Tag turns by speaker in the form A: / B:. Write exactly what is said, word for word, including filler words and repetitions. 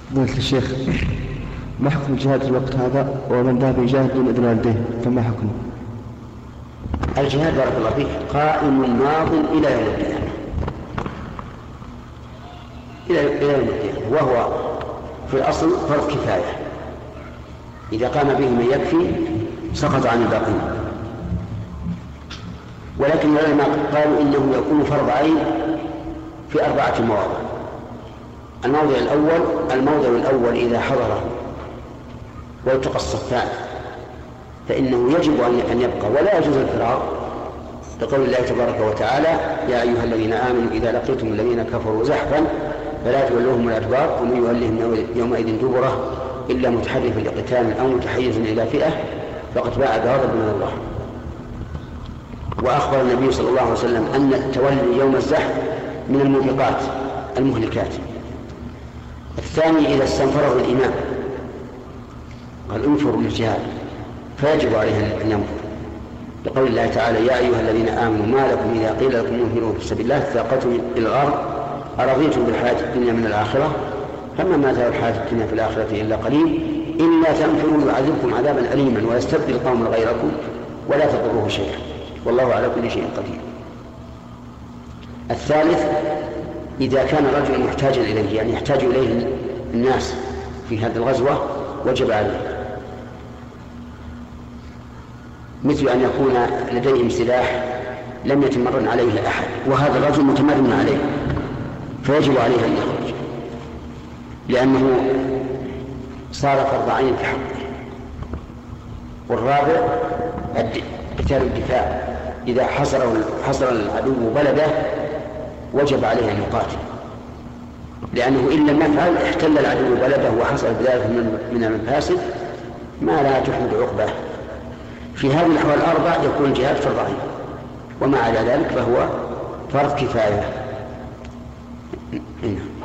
A: قلت الشيخ ما حكم الجهاد في الوقت هذا ومن ذهب يجاهد دون إذن والديه فما حكمه؟
B: الجهاد بارك الله فيك قائم ماض إلى يوم القيامة إلى يوم القيامة، وهو في الأصل فرض كفاية، إذا قام به من يكفي سقط عن الباقين. ولكن العلماء قالوا إنه يكون فرض عين في أربعة مواضع. الموضع الأول الموضع الأول إذا حضره والتقى الصفان فإنه يجب أن يبقى ولا يجوز الفرار، لقول الله تبارك وتعالى: يا أيها الذين آمنوا إذا لقيتم الذين كفروا زحفا فلا تولوهم الأدبار ومن يولهم يومئذ دبره إلا متحرفا لقتال أو متحيزا إلى فئة فقد باء بغضب من الله. وأخبر النبي صلى الله عليه وسلم أن التولي يوم الزحف من الموبقات المهلكات. الثاني إذا استنفره الإمام قال: انفروا للجهاد، فيجب عليه أن ينفر، لقول الله تعالى: يا أيها الذين آمنوا ما لكم إذا قيل لكم انفروا في سبيل الله ثاقلتم إلى الأرض أرضيتم بالحياة الدنيا من الآخرة فما متاع الحياة الدنيا في الآخرة إلا قليل إلا تنفروا يعذبكم عذابا أليما ويستبدل قوما غيركم ولا تضروه شيئا والله على كل شيء قدير. الثالث إذا كان الرجل محتاجا إليه، يعني يحتاج إليه الناس في هذه الغزوة، وجب عليه، مثل أن يكون لديهم سلاح لم يتمرن عليه أحد وهذا الرجل متمرن عليه فيجب عليه أن يخرج، لأنه صار فرض عين في حقه. والرابع قتال الدفاع، إذا حصر حصر العدو بلده وجب عليه أن يقاتل، لأنه إن لم يفعل احتل العدو بلده وحصل بذلك من المفاسد ما لا تحمد عقباه. في هذه الأحوال الأربع يكون الجهاد فرض عين، وما على ذلك فهو فرض كفاية.